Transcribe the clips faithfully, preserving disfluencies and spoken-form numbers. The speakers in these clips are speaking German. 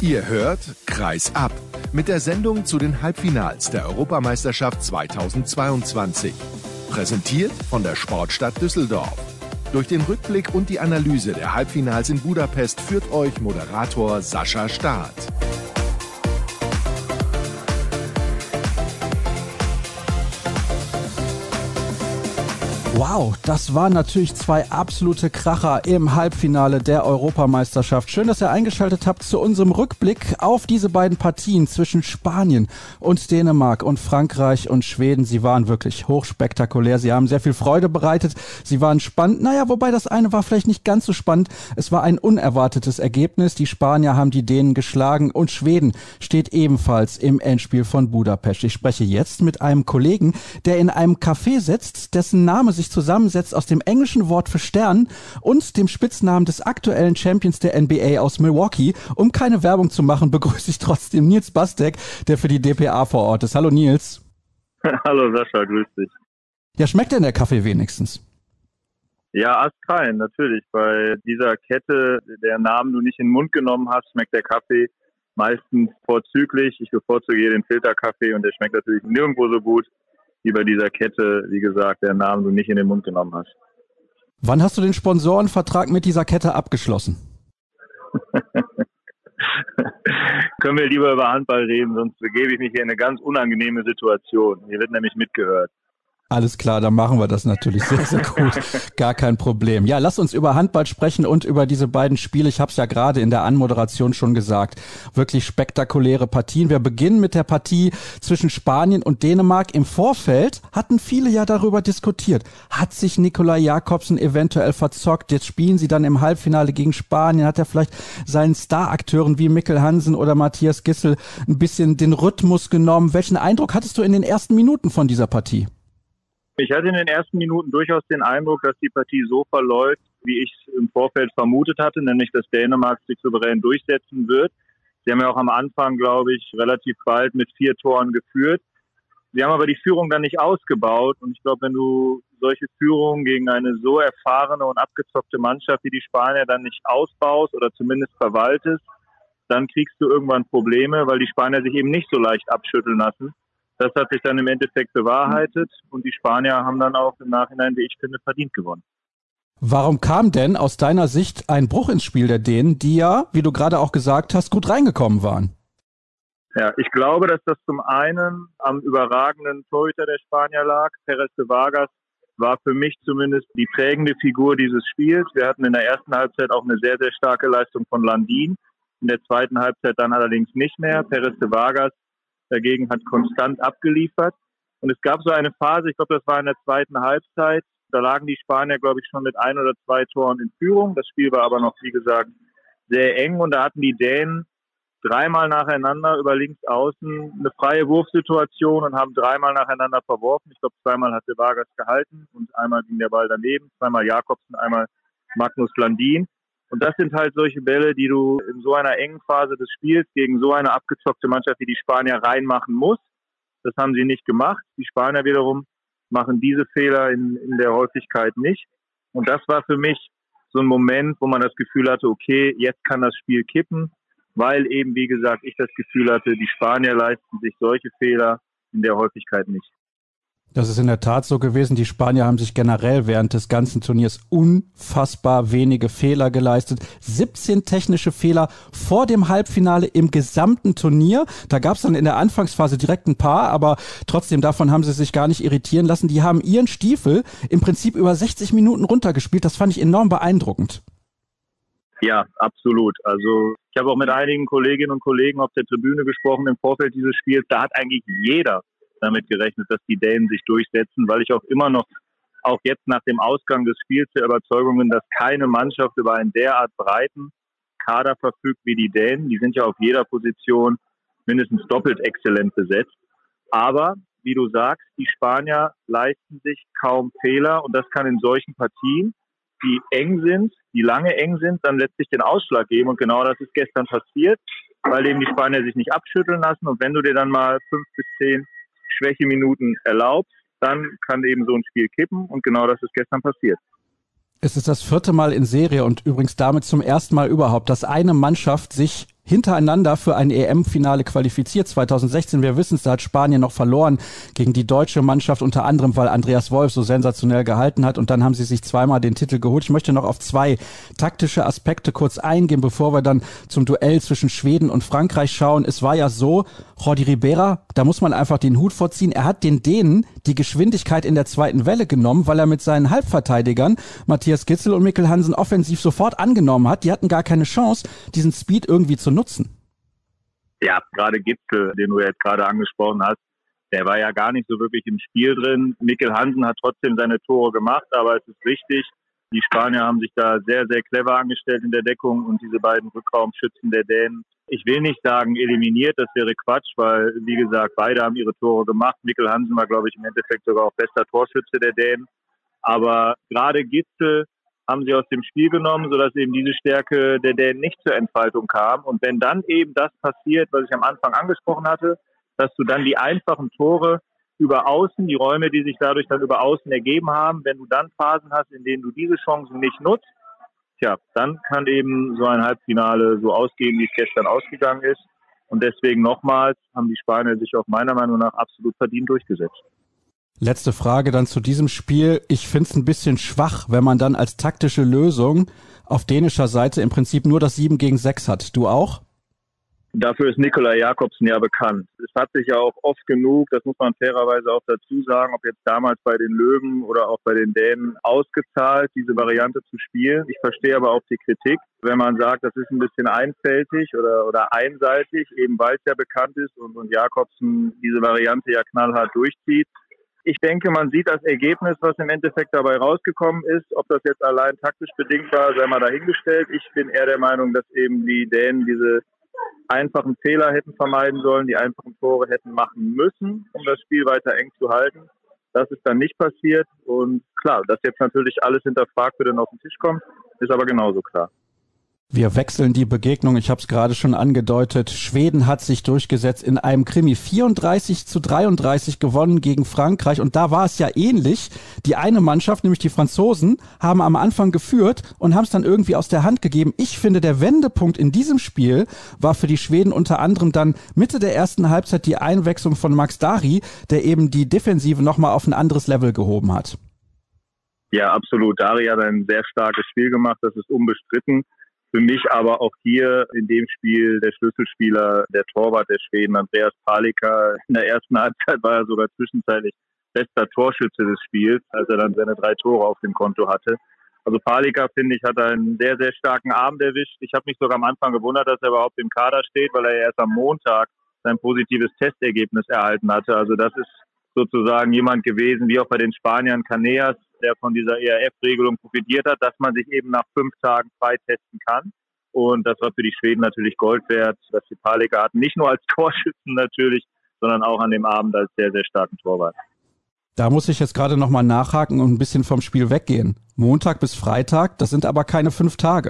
Ihr hört Kreis ab mit der Sendung zu den Halbfinals der Europameisterschaft zweitausendzweiundzwanzig. Präsentiert von der Sportstadt Düsseldorf. Durch den Rückblick und die Analyse der Halbfinals in Budapest führt euch Moderator Sascha Staat. Wow, das waren natürlich zwei absolute Kracher im Halbfinale der Europameisterschaft. Schön, dass ihr eingeschaltet habt zu unserem Rückblick auf diese beiden Partien zwischen Spanien und Dänemark und Frankreich und Schweden. Sie waren wirklich hochspektakulär. Sie haben sehr viel Freude bereitet. Sie waren spannend. Naja, wobei das eine war vielleicht nicht ganz so spannend. Es war ein unerwartetes Ergebnis. Die Spanier haben die Dänen geschlagen und Schweden steht ebenfalls im Endspiel von Budapest. Ich spreche jetzt mit einem Kollegen, der in einem Café sitzt, dessen Name sich zusammensetzt aus dem englischen Wort für Stern und dem Spitznamen des aktuellen Champions der N B A aus Milwaukee. Um keine Werbung zu machen, begrüße ich trotzdem Nils Bastek, der für die D P A vor Ort ist. Hallo Nils. Hallo Sascha, grüß dich. Ja, schmeckt denn der Kaffee wenigstens? Ja, astrein, natürlich. Bei dieser Kette, der Namen du nicht in den Mund genommen hast, schmeckt der Kaffee meistens vorzüglich. Ich bevorzuge hier den Filterkaffee und der schmeckt natürlich nirgendwo so gut wie bei dieser Kette, wie gesagt, der Namen du nicht in den Mund genommen hast. Wann hast du den Sponsorenvertrag mit dieser Kette abgeschlossen? Können wir lieber über Handball reden, sonst begebe ich mich hier in eine ganz unangenehme Situation. Hier wird nämlich mitgehört. Alles klar, dann machen wir das natürlich sehr, sehr gut. Gar kein Problem. Ja, lass uns über Handball sprechen und über diese beiden Spiele. Ich habe es ja gerade in der Anmoderation schon gesagt. Wirklich spektakuläre Partien. Wir beginnen mit der Partie zwischen Spanien und Dänemark. Im Vorfeld hatten viele ja darüber diskutiert. Hat sich Nikolaj Jakobsen eventuell verzockt? Jetzt spielen sie dann im Halbfinale gegen Spanien. Hat er vielleicht seinen Star-Akteuren wie Mikkel Hansen oder Matthias Gissel ein bisschen den Rhythmus genommen? Welchen Eindruck hattest du in den ersten Minuten von dieser Partie? Ich hatte in den ersten Minuten durchaus den Eindruck, dass die Partie so verläuft, wie ich es im Vorfeld vermutet hatte, nämlich dass Dänemark sich souverän durchsetzen wird. Sie haben ja auch am Anfang, glaube ich, relativ bald mit vier Toren geführt. Sie haben aber die Führung dann nicht ausgebaut und ich glaube, wenn du solche Führungen gegen eine so erfahrene und abgezockte Mannschaft wie die Spanier dann nicht ausbaust oder zumindest verwaltest, dann kriegst du irgendwann Probleme, weil die Spanier sich eben nicht so leicht abschütteln lassen. Das hat sich dann im Endeffekt bewahrheitet und die Spanier haben dann auch im Nachhinein, wie ich finde, verdient gewonnen. Warum kam denn aus deiner Sicht ein Bruch ins Spiel der Dänen, die ja, wie du gerade auch gesagt hast, gut reingekommen waren? Ja, ich glaube, dass das zum einen am überragenden Torhüter der Spanier lag. Pérez de Vargas war für mich zumindest die prägende Figur dieses Spiels. Wir hatten in der ersten Halbzeit auch eine sehr, sehr starke Leistung von Landin. In der zweiten Halbzeit dann allerdings nicht mehr. Pérez de Vargas dagegen hat konstant abgeliefert. Und es gab so eine Phase, ich glaube, das war in der zweiten Halbzeit, da lagen die Spanier, glaube ich, schon mit ein oder zwei Toren in Führung. Das Spiel war aber noch, wie gesagt, sehr eng. Und da hatten die Dänen dreimal nacheinander über links außen eine freie Wurfsituation und haben dreimal nacheinander verworfen. Ich glaube, zweimal hatte Vargas gehalten und einmal ging der Ball daneben. Zweimal Jakobsen, einmal Magnus Landin. Und das sind halt solche Bälle, die du in so einer engen Phase des Spiels gegen so eine abgezockte Mannschaft wie die Spanier reinmachen musst. Das haben sie nicht gemacht. Die Spanier wiederum machen diese Fehler in, in der Häufigkeit nicht. Und das war für mich so ein Moment, wo man das Gefühl hatte, okay, jetzt kann das Spiel kippen, weil eben, wie gesagt, ich das Gefühl hatte, die Spanier leisten sich solche Fehler in der Häufigkeit nicht. Das ist in der Tat so gewesen. Die Spanier haben sich generell während des ganzen Turniers unfassbar wenige Fehler geleistet. siebzehn technische Fehler vor dem Halbfinale im gesamten Turnier. Da gab es dann in der Anfangsphase direkt ein paar, aber trotzdem davon haben sie sich gar nicht irritieren lassen. Die haben ihren Stiefel im Prinzip über sechzig Minuten runtergespielt. Das fand ich enorm beeindruckend. Ja, absolut. Also ich habe auch mit einigen Kolleginnen und Kollegen auf der Tribüne gesprochen im Vorfeld dieses Spiels. Da hat eigentlich jeder damit gerechnet, dass die Dänen sich durchsetzen, weil ich auch immer noch, auch jetzt nach dem Ausgang des Spiels, der Überzeugung bin, dass keine Mannschaft über einen derart breiten Kader verfügt wie die Dänen. Die sind ja auf jeder Position mindestens doppelt exzellent besetzt. Aber, wie du sagst, die Spanier leisten sich kaum Fehler und das kann in solchen Partien, die eng sind, die lange eng sind, dann letztlich den Ausschlag geben und genau das ist gestern passiert, weil eben die Spanier sich nicht abschütteln lassen und wenn du dir dann mal fünf bis zehn Schwächeminuten erlaubt, dann kann eben so ein Spiel kippen und genau das ist gestern passiert. Es ist das vierte Mal in Serie und übrigens damit zum ersten Mal überhaupt, dass eine Mannschaft sich hintereinander für ein E M-Finale qualifiziert. zweitausendsechzehn, wir wissen es, da hat Spanien noch verloren gegen die deutsche Mannschaft, unter anderem, weil Andreas Wolf so sensationell gehalten hat. Und dann haben sie sich zweimal den Titel geholt. Ich möchte noch auf zwei taktische Aspekte kurz eingehen, bevor wir dann zum Duell zwischen Schweden und Frankreich schauen. Es war ja so, Jordi Ribera, da muss man einfach den Hut vorziehen. Er hat den Dänen die Geschwindigkeit in der zweiten Welle genommen, weil er mit seinen Halbverteidigern Matthias Gitzel und Mikkel Hansen offensiv sofort angenommen hat. Die hatten gar keine Chance, diesen Speed irgendwie zu nutzen. Ja, gerade Gitzel, den du jetzt gerade angesprochen hast, der war ja gar nicht so wirklich im Spiel drin. Mikkel Hansen hat trotzdem seine Tore gemacht, aber es ist richtig, die Spanier haben sich da sehr, sehr clever angestellt in der Deckung und diese beiden Rückraumschützen der Dänen, ich will nicht sagen eliminiert, das wäre Quatsch, weil, wie gesagt, beide haben ihre Tore gemacht. Mikkel Hansen war, glaube ich, im Endeffekt sogar auch bester Torschütze der Dänen. Aber gerade Gitzel haben sie aus dem Spiel genommen, sodass eben diese Stärke der Dänen nicht zur Entfaltung kam. Und wenn dann eben das passiert, was ich am Anfang angesprochen hatte, dass du dann die einfachen Tore über Außen, die Räume, die sich dadurch dann über Außen ergeben haben, wenn du dann Phasen hast, in denen du diese Chancen nicht nutzt, tja, dann kann eben so ein Halbfinale so ausgehen, wie es gestern ausgegangen ist. Und deswegen nochmals haben die Spanier sich auch meiner Meinung nach absolut verdient durchgesetzt. Letzte Frage dann zu diesem Spiel. Ich finde es ein bisschen schwach, wenn man dann als taktische Lösung auf dänischer Seite im Prinzip nur das sieben gegen sechs hat. Du auch? Dafür ist Nikolaj Jakobsen ja bekannt. Es hat sich ja auch oft genug, das muss man fairerweise auch dazu sagen, ob jetzt damals bei den Löwen oder auch bei den Dänen ausgezahlt, diese Variante zu spielen. Ich verstehe aber auch die Kritik, wenn man sagt, das ist ein bisschen einfältig oder, oder einseitig, eben weil es ja bekannt ist und, und Jakobsen diese Variante ja knallhart durchzieht. Ich denke, man sieht das Ergebnis, was im Endeffekt dabei rausgekommen ist. Ob das jetzt allein taktisch bedingt war, sei mal dahingestellt. Ich bin eher der Meinung, dass eben die Dänen diese einfachen Fehler hätten vermeiden sollen, die einfachen Tore hätten machen müssen, um das Spiel weiter eng zu halten. Das ist dann nicht passiert. Und klar, dass jetzt natürlich alles hinterfragt wird und auf den Tisch kommt, ist aber genauso klar. Wir wechseln die Begegnung, ich habe es gerade schon angedeutet. Schweden hat sich durchgesetzt in einem Krimi. vierunddreißig zu dreiunddreißig gewonnen gegen Frankreich. Und da war es ja ähnlich. Die eine Mannschaft, nämlich die Franzosen, haben am Anfang geführt und haben es dann irgendwie aus der Hand gegeben. Ich finde, der Wendepunkt in diesem Spiel war für die Schweden unter anderem dann Mitte der ersten Halbzeit die Einwechslung von Max Dari, der eben die Defensive nochmal auf ein anderes Level gehoben hat. Ja, absolut. Dari hat ein sehr starkes Spiel gemacht, das ist unbestritten. Für mich aber auch hier in dem Spiel der Schlüsselspieler, der Torwart der Schweden, Andreas Palicka. In der ersten Halbzeit war er sogar zwischenzeitlich bester Torschütze des Spiels, als er dann seine drei Tore auf dem Konto hatte. Also Palicka, finde ich, hat einen sehr, sehr starken Abend erwischt. Ich habe mich sogar am Anfang gewundert, dass er überhaupt im Kader steht, weil er erst am Montag sein positives Testergebnis erhalten hatte. Also das ist sozusagen jemand gewesen, wie auch bei den Spaniern Caneas, der von dieser E R F-Regelung profitiert hat, dass man sich eben nach fünf Tagen freitesten kann. Und das war für die Schweden natürlich Gold wert, dass die Palicka hatten. Nicht nur als Torschützen natürlich, sondern auch an dem Abend als sehr, sehr starken Torwart. Da muss ich jetzt gerade nochmal nachhaken und ein bisschen vom Spiel weggehen. Montag bis Freitag, das sind aber keine fünf Tage.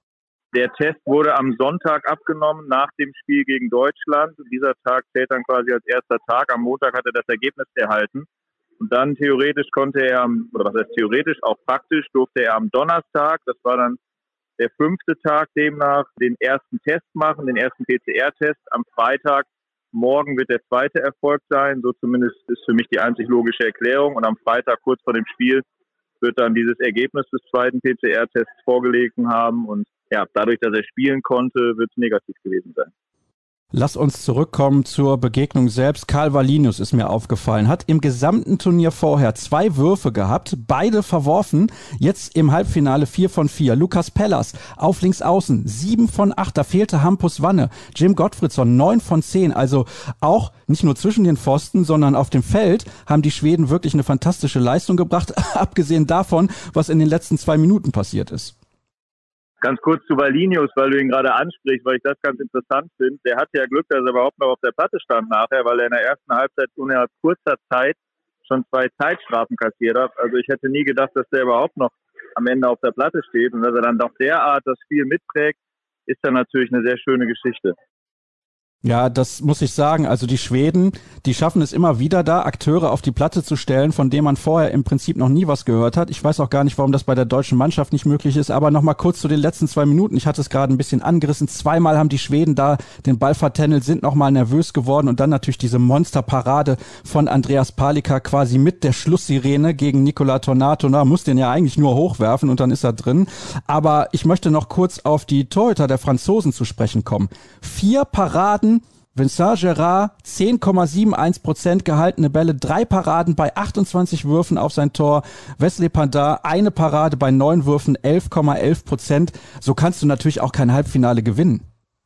Der Test wurde am Sonntag abgenommen nach dem Spiel gegen Deutschland. Dieser Tag zählt dann quasi als erster Tag. Am Montag hat er das Ergebnis erhalten. Und dann theoretisch konnte er, oder was heißt theoretisch, auch praktisch, durfte er am Donnerstag, das war dann der fünfte Tag demnach, den ersten Test machen, den ersten P C R-Test. Am Freitag, morgen wird der zweite Erfolg sein. So zumindest ist für mich die einzig logische Erklärung. Und am Freitag, kurz vor dem Spiel, wird dann dieses Ergebnis des zweiten P C R-Tests vorgelegt haben. Und ja, dadurch, dass er spielen konnte, wird es negativ gewesen sein. Lass uns zurückkommen zur Begegnung selbst. Karl Wallinius ist mir aufgefallen, hat im gesamten Turnier vorher zwei Würfe gehabt, beide verworfen, jetzt im Halbfinale vier von vier. Lukas Pellas auf links außen, sieben von acht, da fehlte Hampus Wanne. Jim Gottfridsson, neun von zehn, also auch nicht nur zwischen den Pfosten, sondern auf dem Feld haben die Schweden wirklich eine fantastische Leistung gebracht, abgesehen davon, was in den letzten zwei Minuten passiert ist. Ganz kurz zu Wallinius, weil du ihn gerade ansprichst, weil ich das ganz interessant finde. Der hatte ja Glück, dass er überhaupt noch auf der Platte stand nachher, weil er in der ersten Halbzeit innerhalb kurzer Zeit schon zwei Zeitstrafen kassiert hat. Also ich hätte nie gedacht, dass der überhaupt noch am Ende auf der Platte steht. Und dass er dann doch derart das Spiel mitprägt, ist dann natürlich eine sehr schöne Geschichte. Ja, das muss ich sagen. Also die Schweden, die schaffen es immer wieder da, Akteure auf die Platte zu stellen, von denen man vorher im Prinzip noch nie was gehört hat. Ich weiß auch gar nicht, warum das bei der deutschen Mannschaft nicht möglich ist. Aber nochmal kurz zu den letzten zwei Minuten. Ich hatte es gerade ein bisschen angerissen. Zweimal haben die Schweden da den Ball vertändelt, sind nochmal nervös geworden. Und dann natürlich diese Monsterparade von Andreas Palika quasi mit der Schlusssirene gegen Nicolas Tornato. Na, muss den ja eigentlich nur hochwerfen und dann ist er drin. Aber ich möchte noch kurz auf die Torhüter der Franzosen zu sprechen kommen. Vier Paraden, Vincent Gérard, zehn Komma einundsiebzig Prozent gehaltene Bälle, drei Paraden bei achtundzwanzig Würfen auf sein Tor. Wesley Pandar, eine Parade bei neun Würfen, elf Komma elf Prozent. So kannst du natürlich auch kein Halbfinale gewinnen.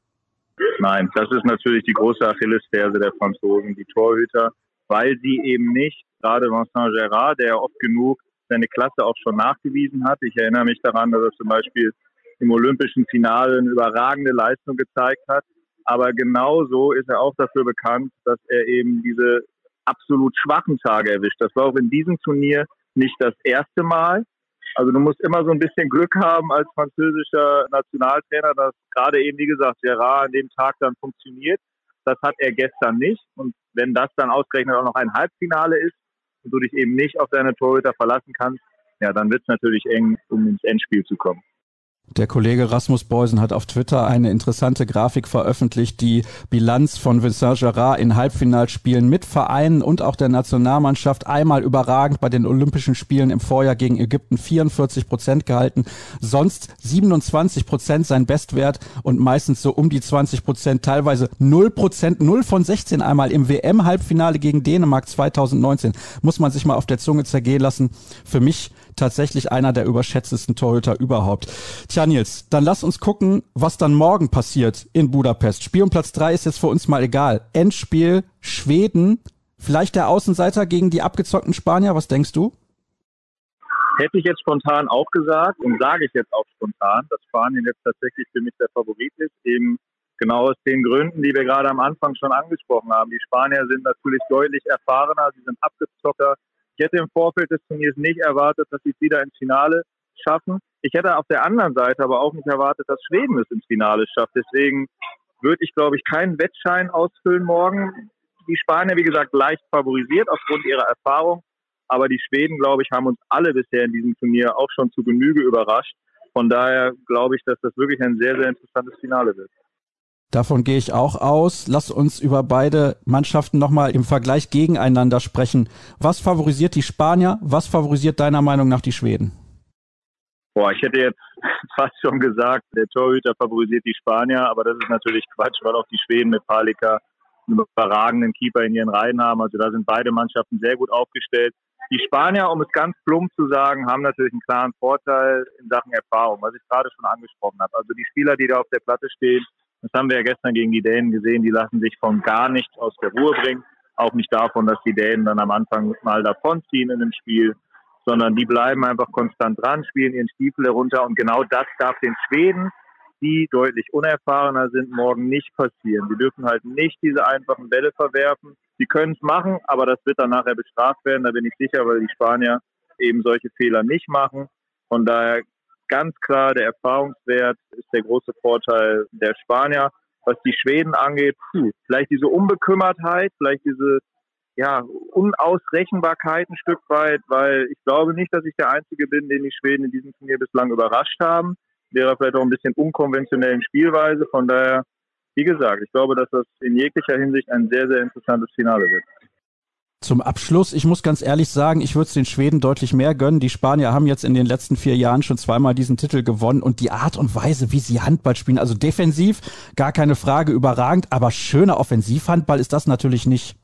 Nein, das ist natürlich die große Achillesferse der Franzosen, die Torhüter, weil sie eben nicht, gerade Vincent Gérard, der oft genug seine Klasse auch schon nachgewiesen hat. Ich erinnere mich daran, dass er zum Beispiel im olympischen Finale eine überragende Leistung gezeigt hat. Aber genauso ist er auch dafür bekannt, dass er eben diese absolut schwachen Tage erwischt. Das war auch in diesem Turnier nicht das erste Mal. Also du musst immer so ein bisschen Glück haben als französischer Nationaltrainer, dass gerade eben, wie gesagt, Gérard an dem Tag dann funktioniert. Das hat er gestern nicht. Und wenn das dann ausgerechnet auch noch ein Halbfinale ist und du dich eben nicht auf deine Torhüter verlassen kannst, ja, dann wird es natürlich eng, um ins Endspiel zu kommen. Der Kollege Rasmus Beusen hat auf Twitter eine interessante Grafik veröffentlicht, die Bilanz von Vincent Gérard in Halbfinalspielen mit Vereinen und auch der Nationalmannschaft. Einmal überragend bei den Olympischen Spielen im Vorjahr gegen Ägypten, vierundvierzig Prozent gehalten, sonst siebenundzwanzig Prozent sein Bestwert und meistens so um die zwanzig Prozent, teilweise null Prozent, null von sechzehn einmal im W M-Halbfinale gegen Dänemark zweitausendneunzehn. Muss man sich mal auf der Zunge zergehen lassen. Für mich tatsächlich einer der überschätztesten Torhüter überhaupt. Tja, Nils, dann lass uns gucken, was dann morgen passiert in Budapest. Spiel um Platz drei ist jetzt für uns mal egal. Endspiel Schweden, vielleicht der Außenseiter gegen die abgezockten Spanier, was denkst du? Hätte ich jetzt spontan auch gesagt und sage ich jetzt auch spontan, dass Spanien jetzt tatsächlich für mich der Favorit ist, eben genau aus den Gründen, die wir gerade am Anfang schon angesprochen haben. Die Spanier sind natürlich deutlich erfahrener, sie sind abgezocker. Ich hätte im Vorfeld des Turniers nicht erwartet, dass sie es wieder ins Finale schaffen. Ich hätte auf der anderen Seite aber auch nicht erwartet, dass Schweden es ins Finale schafft. Deswegen würde ich, glaube ich, keinen Wettschein ausfüllen morgen. Die Spanier, wie gesagt, leicht favorisiert aufgrund ihrer Erfahrung. Aber die Schweden, glaube ich, haben uns alle bisher in diesem Turnier auch schon zu Genüge überrascht. Von daher glaube ich, dass das wirklich ein sehr, sehr interessantes Finale wird. Davon gehe ich auch aus. Lass uns über beide Mannschaften nochmal im Vergleich gegeneinander sprechen. Was favorisiert die Spanier? Was favorisiert deiner Meinung nach die Schweden? Boah, ich hätte jetzt fast schon gesagt, der Torhüter favorisiert die Spanier, aber das ist natürlich Quatsch, weil auch die Schweden mit Palika einen überragenden Keeper in ihren Reihen haben. Also da sind beide Mannschaften sehr gut aufgestellt. Die Spanier, um es ganz plump zu sagen, haben natürlich einen klaren Vorteil in Sachen Erfahrung, was ich gerade schon angesprochen habe. Also die Spieler, die da auf der Platte stehen, das haben wir ja gestern gegen die Dänen gesehen, die lassen sich von gar nichts aus der Ruhe bringen. Auch nicht davon, dass die Dänen dann am Anfang mal davonziehen in dem Spiel, sondern die bleiben einfach konstant dran, spielen ihren Stiefel herunter. Und genau das darf den Schweden, die deutlich unerfahrener sind, morgen nicht passieren. Die dürfen halt nicht diese einfachen Bälle verwerfen. Sie können es machen, aber das wird dann nachher bestraft werden, da bin ich sicher, weil die Spanier eben solche Fehler nicht machen. Von daher ganz klar, der Erfahrungswert ist der große Vorteil der Spanier. Was die Schweden angeht, puh, vielleicht diese Unbekümmertheit, vielleicht diese ja, Unausrechenbarkeit ein Stück weit, weil ich glaube nicht, dass ich der Einzige bin, den die Schweden in diesem Turnier bislang überrascht haben. Wäre vielleicht auch ein bisschen unkonventionellen Spielweise. Von daher, wie gesagt, ich glaube, dass das in jeglicher Hinsicht ein sehr, sehr interessantes Finale wird. Zum Abschluss, ich muss ganz ehrlich sagen, ich würde es den Schweden deutlich mehr gönnen. Die Spanier haben jetzt in den letzten vier Jahren schon zweimal diesen Titel gewonnen und die Art und Weise, wie sie Handball spielen, also defensiv, gar keine Frage, überragend, aber schöner Offensivhandball ist das natürlich nicht.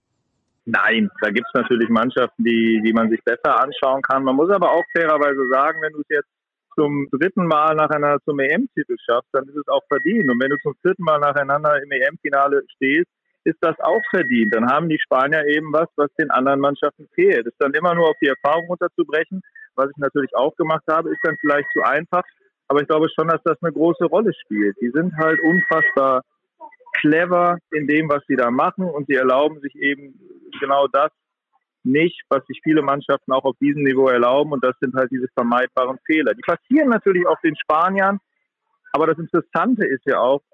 Nein, da gibt es natürlich Mannschaften, die, die man sich besser anschauen kann. Man muss aber auch fairerweise sagen, wenn du es jetzt zum dritten Mal nacheinander zum E M-Titel schaffst, dann ist es auch verdient. Und wenn du zum vierten Mal nacheinander im E M-Finale stehst, ist das auch verdient. Dann haben die Spanier eben was, was den anderen Mannschaften fehlt. Ist dann immer nur auf die Erfahrung runterzubrechen, was ich natürlich auch gemacht habe, ist dann vielleicht zu einfach. Aber ich glaube schon, dass das eine große Rolle spielt. Die sind halt unfassbar clever in dem, was sie da machen und sie erlauben sich eben genau das nicht, was sich viele Mannschaften auch auf diesem Niveau erlauben und das sind halt diese vermeidbaren Fehler. Die passieren natürlich auch den Spaniern, aber das Interessante ist ja auch,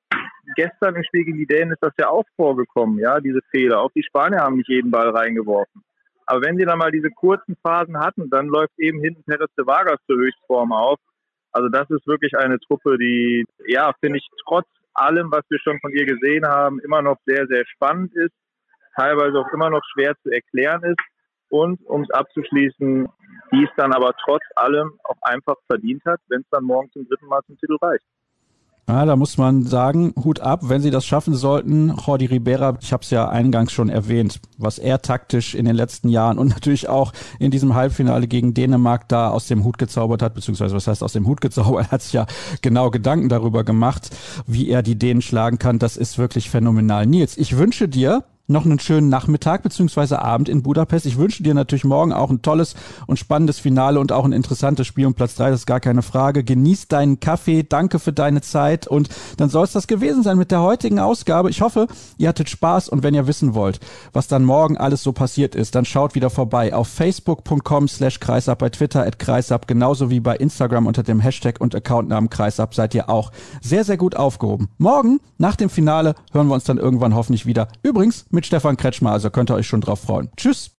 gestern im Spiel gegen die Dänen ist das ja auch vorgekommen, ja, diese Fehler. Auch die Spanier haben nicht jeden Ball reingeworfen. Aber wenn sie dann mal diese kurzen Phasen hatten, dann läuft eben hinten Pérez de Vargas zur Höchstform auf. Also das ist wirklich eine Truppe, die, ja, finde ich, trotz allem, was wir schon von ihr gesehen haben, immer noch sehr, sehr spannend ist, teilweise auch immer noch schwer zu erklären ist und, um es abzuschließen, die es dann aber trotz allem auch einfach verdient hat, wenn es dann morgen zum dritten Mal zum Titel reicht. Ja, da muss man sagen, Hut ab, wenn sie das schaffen sollten. Jordi Ribera, ich habe es ja eingangs schon erwähnt, was er taktisch in den letzten Jahren und natürlich auch in diesem Halbfinale gegen Dänemark da aus dem Hut gezaubert hat, beziehungsweise was heißt aus dem Hut gezaubert, er hat sich ja genau Gedanken darüber gemacht, wie er die Dänen schlagen kann. Das ist wirklich phänomenal. Nils, ich wünsche dir noch einen schönen Nachmittag bzw. Abend in Budapest. Ich wünsche dir natürlich morgen auch ein tolles und spannendes Finale und auch ein interessantes Spiel um Platz drei, das ist gar keine Frage. Genieß deinen Kaffee, danke für deine Zeit und dann soll es das gewesen sein mit der heutigen Ausgabe. Ich hoffe, ihr hattet Spaß und wenn ihr wissen wollt, was dann morgen alles so passiert ist, dann schaut wieder vorbei auf facebook punkt com slash kreisab, bei Twitter at kreisab, genauso wie bei Instagram unter dem Hashtag und Accountnamen kreisab seid ihr auch sehr, sehr gut aufgehoben. Morgen, nach dem Finale, hören wir uns dann irgendwann hoffentlich wieder. Übrigens mit Stefan Kretschmer, also könnt ihr euch schon drauf freuen. Tschüss!